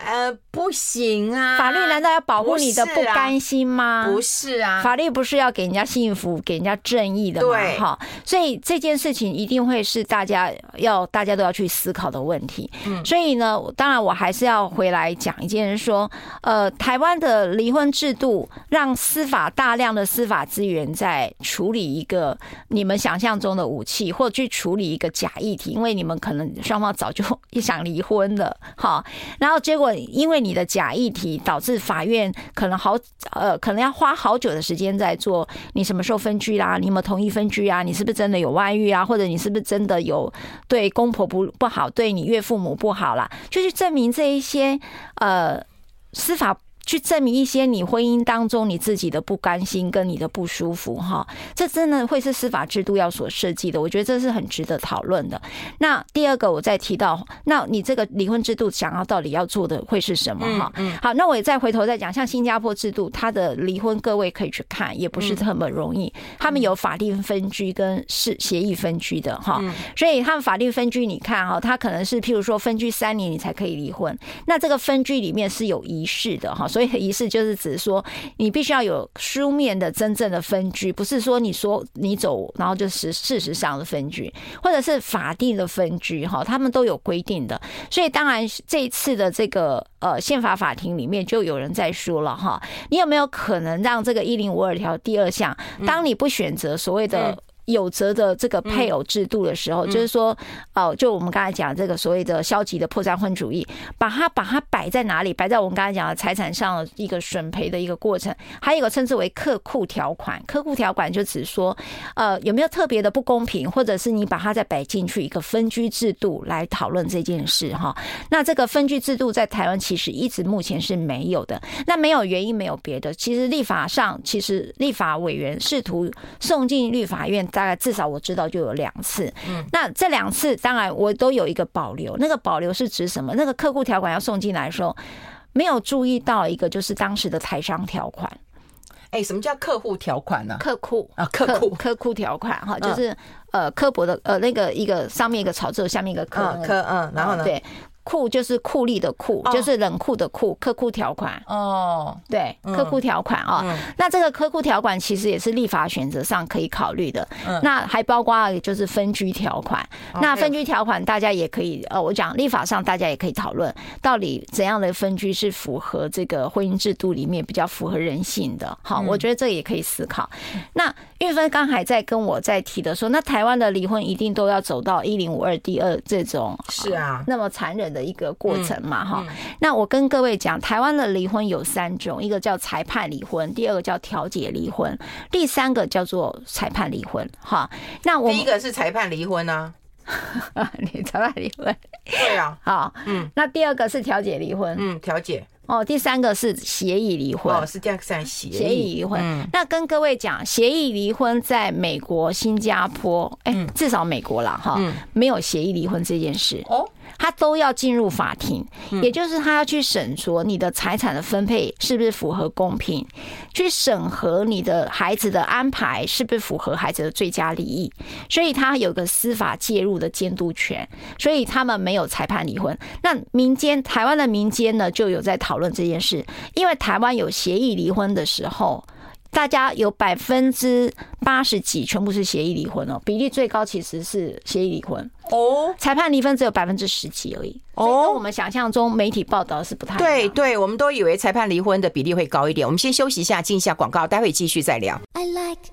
不行啊！ 法律难道要保护你的不甘心吗？ 不是啊， 法律不是要给人家幸福、给人家正义的吗？ 对， 哈，所以这件事情一定会是大家都要去思考的问题。所以呢，当然我还是要回来讲一件事，说，台湾的离婚制度让大量的司法资源在处理一个你们想象中的武器，或去处理一个假议题，因为你们可能双方早就想离婚了，哈，然后结果因为你的假议题导致法院可能要花好久的时间在做你什么时候分居啦，你有没有同意分居啊，你是不是真的有外遇啊，或者你是不是真的有对公婆不好，对你岳父母不好啦，就去证明这一些司法。去证明一些你婚姻当中你自己的不甘心跟你的不舒服哈，这真的会是司法制度要所设计的，我觉得这是很值得讨论的。那第二个我再提到，那你这个离婚制度想要到底要做的会是什么哈？好，那我也再回头再讲，像新加坡制度，它的离婚各位可以去看，也不是特别容易，他们有法定分居跟协议分居的哈，所以他们法定分居你看哈，他可能是譬如说分居3年你才可以离婚，那这个分居里面是有仪式的哈，所以仪式就是指说你必须要有书面的真正的分居，不是说你说你走然后就是事实上的分居，或者是法定的分居哈，他们都有规定的。所以当然这一次的这个宪法法庭里面就有人在说了哈，你有没有可能让这个1052条第2项，当你不选择所谓的有责的这个配偶制度的时候，就是说，就我们刚才讲这个所谓的消极的破绽婚主义，把它摆在哪里？摆在我们刚才讲的财产上的一个损赔的一个过程，还有一个称之为克库条款。克库条款就只说，有没有特别的不公平，或者是你把它再摆进去一个分居制度来讨论这件事哈。那这个分居制度在台湾其实一直目前是没有的。那没有原因，没有别的，其实立法上，其实立法委员试图送进立法院。大概至少我知道就有2次，那这2次当然我都有一个保留，那个保留是指什么？那个客户条款要送进来的时候，没有注意到一个就是当时的台商条款。 什么叫客户条款呢？ 客户啊， 客户条款哈，就是刻薄的那个一个上面一个草字，下面一个客， 然后呢？ 对。库就是库利的库，就是冷库的库，客库条款哦，对，客库条款啊。那这个客库条款其实也是立法选择上可以考虑的。那还包括就是分居条款。那分居条款大家也可以我讲立法上大家也可以讨论，到底怎样的分居是符合这个婚姻制度里面比较符合人性的。好，我觉得这也可以思考。那玉芬刚才在跟我在提的说，那台湾的离婚一定都要走到1052第2这种是啊那么残忍的一个过程嘛哈。那我跟各位讲，台湾的离婚有3种，一个叫裁判离婚，第2个叫调解离婚，第3个叫做裁判离婚哈。那我第一个是裁判离婚啊， 你裁判离婚， 对啊， 好，那第2个是调解离婚， 调解。 第3个是协议离婚， 是这样算协议离婚。那跟各位讲，协议离婚在美国、新加坡，至少美国啦哈，没有协议离婚这件事哦。他都要进入法庭，也就是他要去审说你的财产的分配是不是符合公平，去审核你的孩子的安排是不是符合孩子的最佳利益，所以他有个司法介入的监督权，所以他们没有裁判离婚。那民间台湾的民间呢就有在讨论这件事，因为台湾有协议离婚的时候，大家有80%几全部是协议离婚哦，比例最高其实是协议离婚哦，裁判离婚只有10%几而已哦，所以跟我们想象中媒体报道是不太一样。 对，我们都以为裁判离婚的比例会高一点。我们先休息一下，进一下广告，待会继续再聊。 I like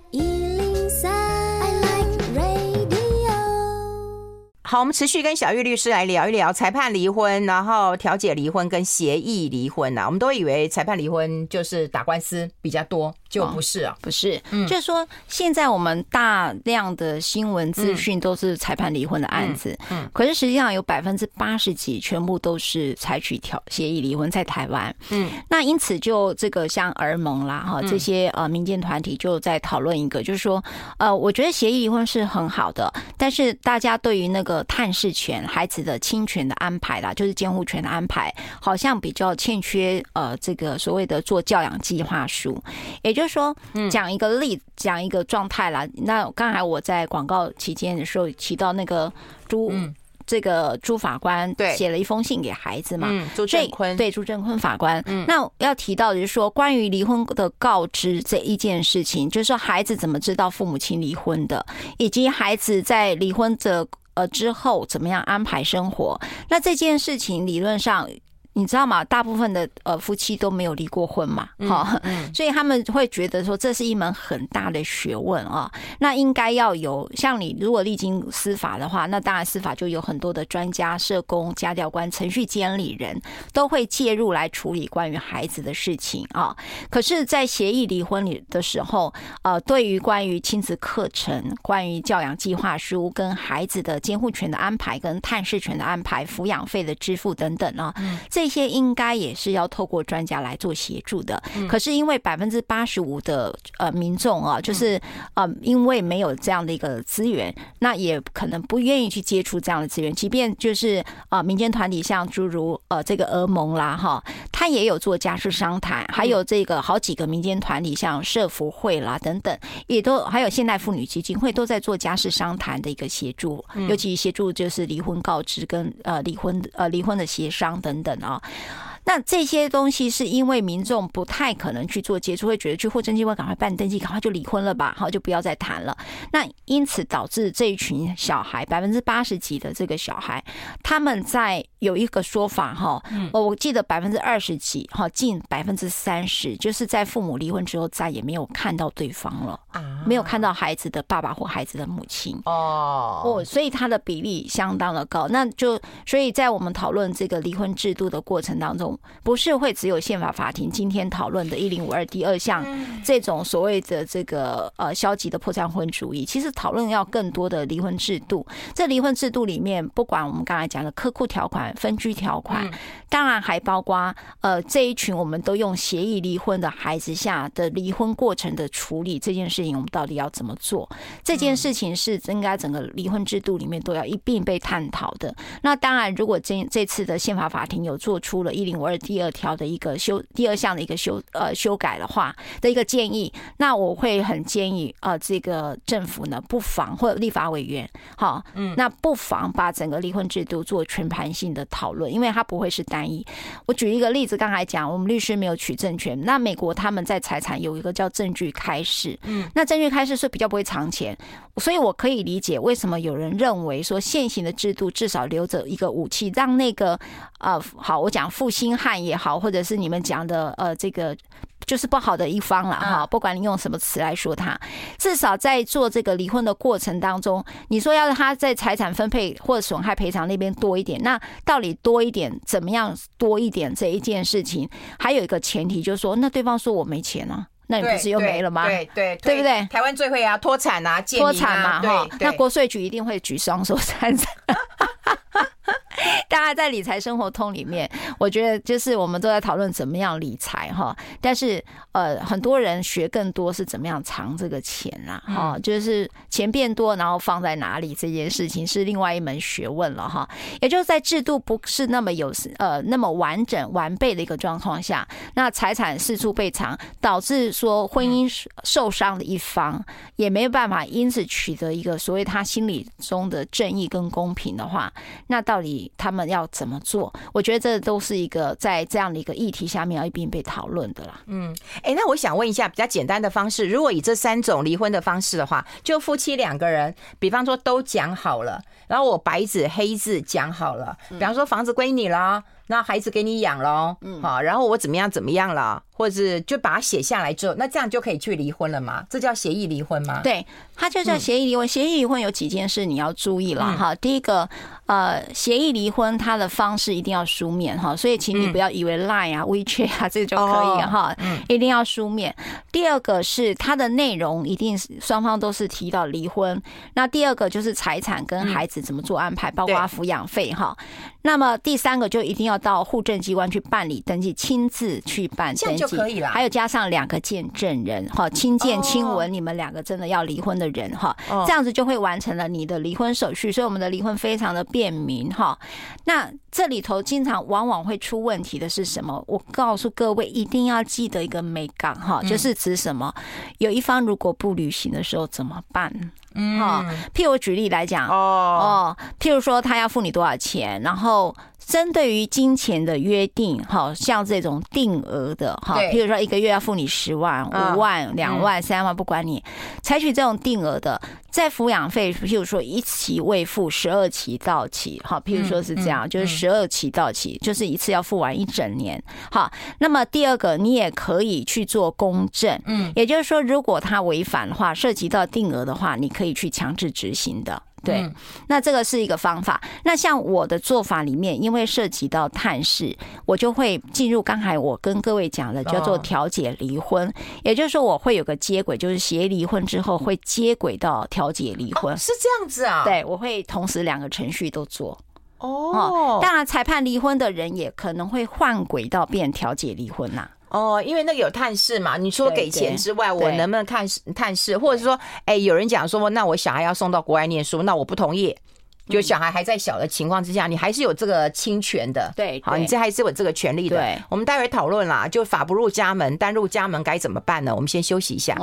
103, I like radio。 好，我们持续跟小玉律师来聊一聊裁判离婚，然后调解离婚跟协议离婚啊。我们都以为裁判离婚就是打官司比较多，就不是啊， 不是，就是说现在我们大量的新闻资讯都是裁判离婚的案子，可是实际上有80%几全部都是采取协议离婚在台湾，那因此就这个像儿盟啦哈这些民间团体就在讨论一个，就是说我觉得协议离婚是很好的，但是大家对于那个探视权、孩子的亲权的安排啦，就是监护权的安排，好像比较欠缺这个所谓的做教养计划书，也就是说，讲一个讲一个状态啦。那刚才我在广告期间的时候提到那个这个朱法官写了一封信给孩子嘛， 朱正坤， 对，朱正坤法官。那要提到的就是说，关于离婚的告知这一件事情，就是说孩子怎么知道父母亲离婚的，以及孩子在离婚之后怎么样安排生活。那这件事情理论上，你知道吗？大部分的夫妻都没有离过婚嘛，所以他们会觉得说这是一门很大的学问啊。那应该要有像你如果历经司法的话，那当然司法就有很多的专家、社工、家调官、程序监理人都会介入来处理关于孩子的事情啊。可是，在协议离婚里的时候，对于关于亲子课程、关于教养计划书、跟孩子的监护权的安排、跟探视权的安排、抚养费的支付等等啊，这些应该也是要透过专家来做协助的。可是因为85%的民众啊，就是因为没有这样的一个资源，那也可能不愿意去接触这样的资源。即便就是民间团体像诸如这个儿盟啦哈，他也有做家事商谈，还有这个好几个民间团体像社福会啦等等，也都还有现代妇女基金会都在做家事商谈的一个协助，尤其协助就是离婚告知跟离婚的协商等等啊。那这些东西是因为民众不太可能去做接触，会觉得去户政机关赶快办登记，赶快就离婚了吧，好就不要再谈了。那因此导致这一群小孩80%几的这个小孩，他们在有一个说法哈，我记得20%几哈，近30%，就是在父母离婚之后再也没有看到对方了，没有看到孩子的爸爸或孩子的母亲所以他的比例相当的高。那就所以在我们讨论这个离婚制度的过程当中，不是会只有宪法法庭今天讨论的1052第2项这种所谓的这个消极的破产婚主义，其实讨论要更多的离婚制度。这离婚制度里面，不管我们刚才讲的科库条款、分居条款，当然还包括这一群我们都用协议离婚的孩子下的离婚过程的处理，这件事情我们到底要怎么做？这件事情是应该整个离婚制度里面都要一并被探讨的。那当然，如果这次的宪法法庭有做出了1052第2条的一个第2项的一个修改的话的一个建议，那我会很建议这个政府呢不妨或者立法委员那不妨把整个离婚制度做全盘性的讨论，因为它不会是单一。我举一个例子，刚才讲我们律师没有取证权，那美国他们在财产有一个叫证据开示，那证据开示是比较不会藏钱，所以我可以理解为什么有人认为说现行的制度至少留着一个武器，让那个好，我讲负心汉也好，或者是你们讲的这个就是不好的一方了哈，不管你用什么词来说他，至少在做这个离婚的过程当中，你说要是他在财产分配或者损害赔偿那边多一点，那到底多一点怎么样多一点这一件事情，还有一个前提就是说，那对方说我没钱啊，那你不是又没了吗？对不对？ 台湾最会脱产啊，借脱产嘛哈，那国税局一定会举双手赞成。大家在理财生活通里面，我觉得就是我们都在讨论怎么样理财哈，但是很多人学更多是怎么样藏这个钱啦哈，就是钱变多然后放在哪里这件事情是另外一门学问了哈。也就是在制度不是那么那么完整完备的一个状况下，那财产四处被藏，导致说婚姻受伤的一方也没有办法因此取得一个所谓他心理中的正义跟公平的话，那到底他们要怎么做？我觉得这都是一个在这样的一个议题下面要一并被讨论的啦。 那我想问一下比较简单的方式，如果以这3种离婚的方式的话，就夫妻2个人，比方说都讲好了，然后我白纸黑字讲好了，比方说房子归你了，那孩子给你养咯，好，然后我怎么样了，或者是就把它写下来之后，那这样就可以去离婚了吗？这叫协议离婚吗？ 对，它就叫协议离婚。协议离婚有几件事你要注意了哈。第一个，协议离婚它的方式一定要书面哈，所以请你不要以为 Line 啊、WeChat 啊这个就可以哈，一定要书面。第二个是它的内容一定双方都是提到离婚。那第二个就是财产跟孩子怎么做安排，包括抚养费哈。那么第3个就一定要到户政机关去办理登记，亲自去办登记， 这样就可以了。 还有加上2个见证人哈，亲见亲闻，你们2个真的要离婚的人哈，这样子就会完成了你的离婚手续。所以我们的离婚非常的便便民哈。那这里头经常往往会出问题的是什么？我告诉各位，一定要记得一个美感哈，就是指什么？有一方如果不履行的时候怎么办？譬如我举例来讲，譬如说他要付你多少钱，然后针对于金钱的约定，像这种定额的，譬如说一个月要付你10万、5万、2万、3万，不管你采取这种定额的，在抚养费，譬如说一期未付，12期到期，譬如说是这样，就是12期到期，就是一次要付完1整年。好，那么第二个，你也可以去做公证，也就是说，如果他违反的话，涉及到定额的话，你可以去强制执行的。对，那这个是一个方法。那像我的做法里面，因为涉及到探视，我就会进入刚才我跟各位讲的叫做调解离婚，也就是说我会有个接轨，就是协议离婚之后会接轨到调解离婚。 是这样子啊？ 对，我会同时2个程序都做。当然裁判离婚的人也可能会换轨道变调解离婚啦。 因为那个有探视嘛，你除了给钱之外，我能不能探视？或者说，有人讲说，那我小孩要送到国外念书，那我不同意。就小孩还在小的情况之下，你还是有这个侵权的。 对， 好，你这还是有这个权利的。对，我们待会讨论啦，就法不入家门，但入家门该怎么办呢？我们先休息一下。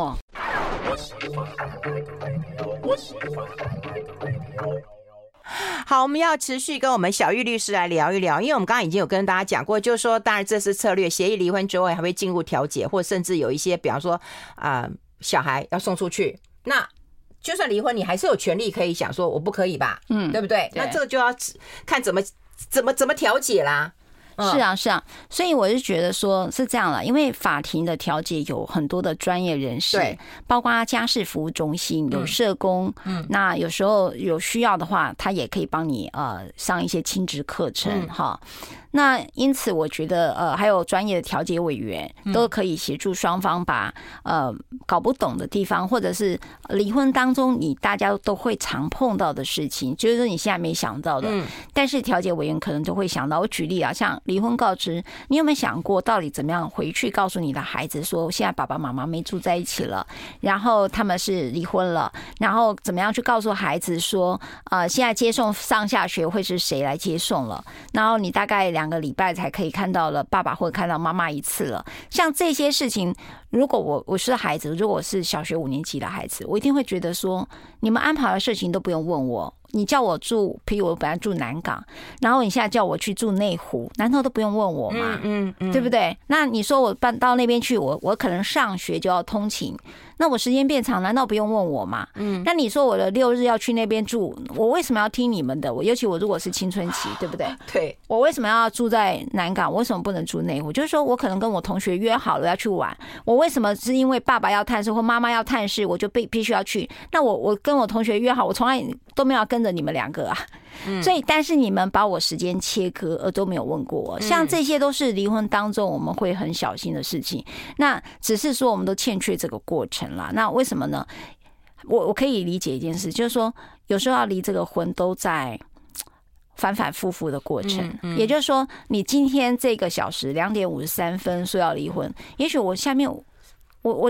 好，我们要持续跟我们小玉律师来聊一聊，因为我们刚刚已经有跟大家讲过，就是说，当然这是策略，协议离婚之后还会进入调解，或甚至有一些，比方说小孩要送出去，那就算离婚，你还是有权利可以想说我不可以吧，对不对？那这个就要看怎么调解啦。 是啊，是啊，所以我是觉得说是这样了，因为法庭的调解有很多的专业人士，对，包括家事服务中心有社工，那有时候有需要的话，他也可以帮你上一些亲职课程哈。那因此我觉得还有专业的调解委员都可以协助双方把搞不懂的地方，或者是离婚当中大家都会常碰到的事情，就是你现在没想到的，但是调解委员可能都会想到。我举例啊，像离婚告知，你有没有想过到底怎么样回去告诉你的孩子说，现在爸爸妈妈没住在一起了，然后他们是离婚了，然后怎么样去告诉孩子说现在接送上下学会是谁来接送了，然后你大概2个礼拜才可以看到了爸爸或者看到妈妈1次了。像这些事情，如果我是孩子，如果我是小学5年级的孩子，我一定会觉得说，你们安排的事情都不用问我，你叫我住，譬如我本来住南港，然后你现在叫我去住内湖，难道都不用问我吗？对不对？那你说我搬到那边去，我可能上学就要通勤，那我时间变长，难道不用问我吗？那你说我的6日要去那边住，我为什么要听你们的？尤其我如果是青春期，对不对？ 对， 我为什么要住在南港？我为什么不能住内湖？就是说我可能跟我同学约好了要去玩，我为什么是因为爸爸要探视或妈妈要探视，我就必须要去？那我跟我同学约好，我从来都没有要跟着你们2个啊。所以但是你们把我时间切割而都没有问过我，像这些都是离婚当中我们会很小心的事情，那只是说我们都欠缺这个过程啦。那为什么呢？我可以理解一件事，就是说有时候要离这个婚都在反反复复的过程，也就是说你今天这个小时2点53分说要离婚，也许我下面我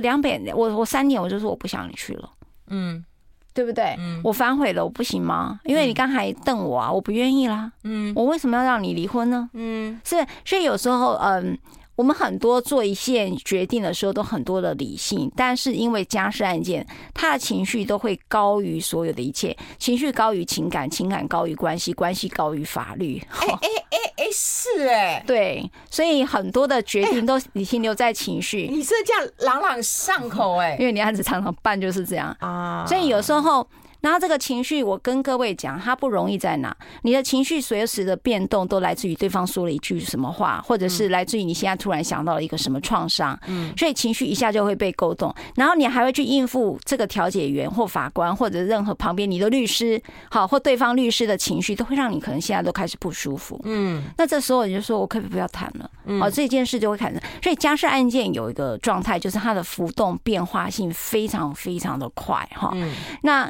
3点我就说我不想你去了，对不对？我反悔了，我不行吗？因为你刚才瞪我啊，我不愿意啦。我为什么要让你离婚呢？是，所以有时候我们很多做一些决定的时候都很多的理性，但是因为家事案件，他的情绪都会高于所有的一切，情绪高于情感，情感高于关系，关系高于法律。 是对，所以很多的决定都停留在情绪。 你是这样朗朗上口因为你案子常常办就是这样啊，所以有时候。然后这个情绪，我跟各位讲，它不容易在哪？你的情绪随时的变动都来自于对方说了一句什么话，或者是来自于你现在突然想到了一个什么创伤，所以情绪一下就会被勾动，然后你还会去应付这个调解员或法官或者任何旁边你的律师，好或对方律师的情绪，都会让你可能现在都开始不舒服。那这时候你就说我可不可以不要谈了？这件事就会产生。所以家事案件有一个状态，就是它的浮动变化性非常非常的快哈。那因此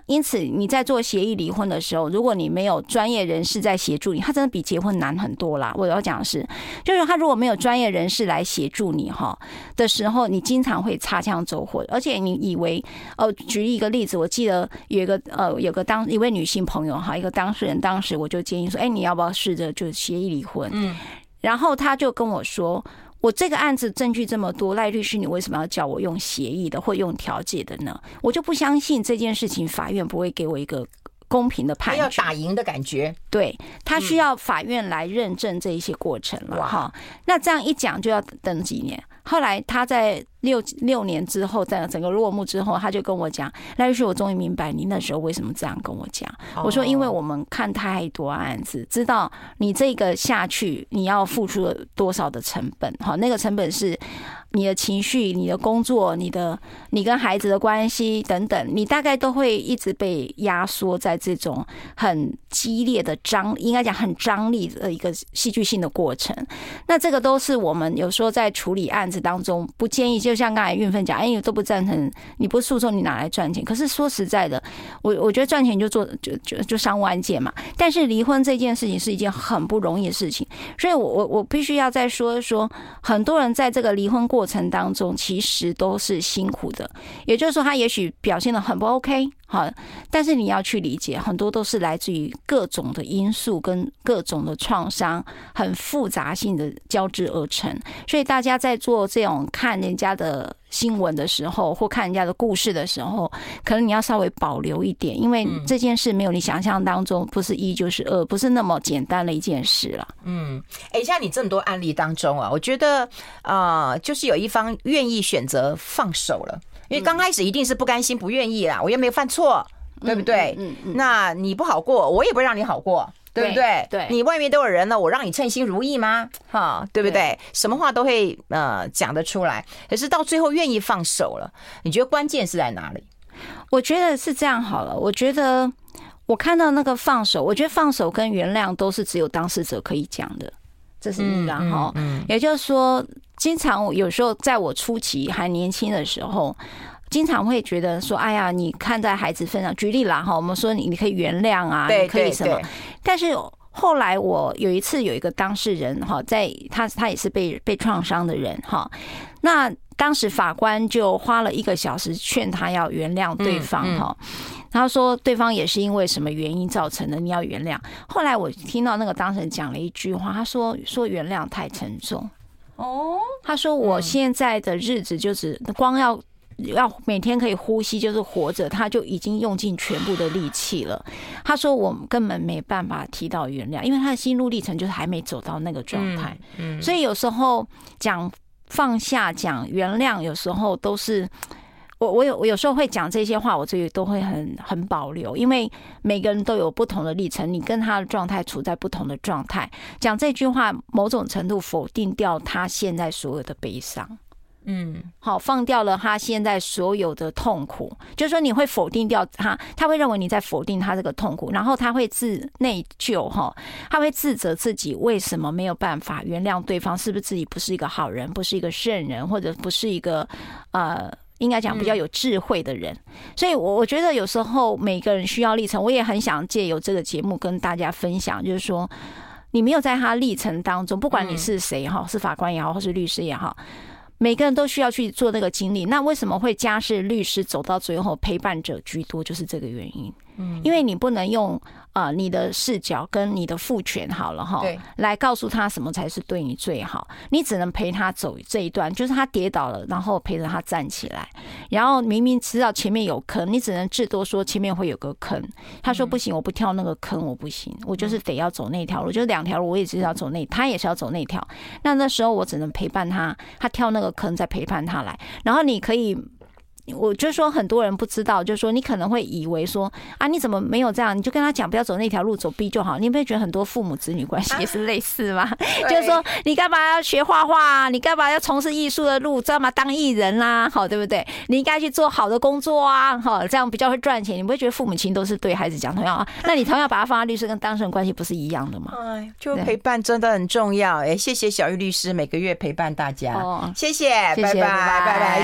你在做协议离婚的时候，如果你没有专业人士在协助你，它真的比结婚难很多啦。我要讲的是，就是他如果没有专业人士来协助你的时候，你经常会擦枪走火，而且你以为举一个例子，我记得有一位女性朋友一个当事人，当时我就建议说，你要不要试着就协议离婚？然后他就跟我说，我这个案子证据这么多，赖律师，你为什么要叫我用协议的或用调解的呢？我就不相信这件事情法院不会给我一个公平的判决， 要打赢的感觉。 对，他需要法院来认证这一些过程了那这样一讲就要等几年。后来他在6年之后，在整个落幕之后，他就跟我讲，赖律师，我终于明白你那时候为什么这样跟我讲。我说，因为我们看太多案子，知道你这个下去你要付出了多少的成本。那个成本是你的情绪、你的工作、你跟孩子的关系等等，你大概都会一直被压缩在这种很激烈的应该讲很张力的一个戏剧性的过程。那这个都是我们有时候在处理案子当中不建议，就像刚才运芬讲，你都不赞成，你不诉讼你哪来赚钱？可是说实在的，我觉得赚钱就商务案件嘛。但是离婚这件事情是一件很不容易的事情，所以我必须要再说，很多人在这个离婚过程当中其实都是辛苦的，也就是说他也许表现得很不 OK。但是你要去理解，很多都是来自于各种的因素跟各种的创伤，很复杂性的交织而成。所以大家在做这种看人家的新闻的时候，或看人家的故事的时候，可能你要稍微保留一点，因为这件事没有你想象当中不是1就是2，不是那么简单的一件事了。 像你这么多案例当中我觉得就是有一方愿意选择放手了。因为刚开始一定是不甘心不愿意啦，我又没有犯错，对不对？那你不好过，我也不会让你好过，对不对？ 对， 你外面都有人了，我让你称心如意吗？对不对？什么话都会讲得出来，可是到最后愿意放手了，你觉得关键是在哪里？ 我觉得是这样好了，我觉得我看到那个放手，我觉得放手跟原谅都是只有当事者可以讲的，这是一个也就是说。经常有时候在我初期还年轻的时候，经常会觉得说，哎呀，你看在孩子份上，举例啦我们说你可以原谅啊，你可以什么？但是后来我有一次有一个当事人在他也是被创伤的人那当时法官就花了1个小时劝他要原谅对方然后说对方也是因为什么原因造成的，你要原谅。后来我听到那个当事人讲了一句话，他说原谅太沉重。他说我现在的日子就是光要每天可以呼吸，就是活着，他就已经用尽全部的力气了。他说我根本没办法提到原谅，因为他的心路历程就是还没走到那个状态。所以有时候讲放下、讲原谅，有时候都是我有时候会讲这些话，我这里都会很保留，因为每个人都有不同的历程，你跟他的状态处在不同的状态，讲这句话某种程度否定掉他现在所有的悲伤。好，放掉了他现在所有的痛苦，就是说你会否定掉他会认为你在否定他这个痛苦，然后他会自内疚他会自责自己为什么没有办法原谅对方，是不是自己不是一个好人，不是一个圣人，或者不是一个应该讲比较有智慧的人。所以我觉得有时候每个人需要历程，我也很想借由这个节目跟大家分享，就是说你没有在他历程当中，不管你是谁是法官也好，或是律师也好，每个人都需要去做那个经历。那为什么会家事律师走到最后陪伴者居多，就是这个原因。因为你不能用你的视角跟你的父权好了来告诉他什么才是对你最好，你只能陪他走这一段，就是他跌倒了，然后陪着他站起来。然后明明知道前面有坑，你只能至多说前面会有个坑。他说不行，我不跳那个坑，我不行，我就是得要走那条路，就是2条路，我也是要走他也是要走那条。那时候我只能陪伴他跳那个坑，再陪伴他来。然后你可以。我就说很多人不知道，就是说你可能会以为说你怎么没有这样，你就跟他讲不要走那条路，走 B 就好。你有没有觉得很多父母子女关系也是类似吗？就是说你干嘛要学画画你干嘛要从事艺术的路，知道吗？当艺人啦对不对？你应该去做好的工作这样比较会赚钱。你不会觉得父母亲都是对孩子讲同样那你同样把他放在律师跟当事人关系不是一样的吗？ 就陪伴真的很重要。谢谢小玉律师每个月陪伴大家。谢谢，拜拜，拜拜。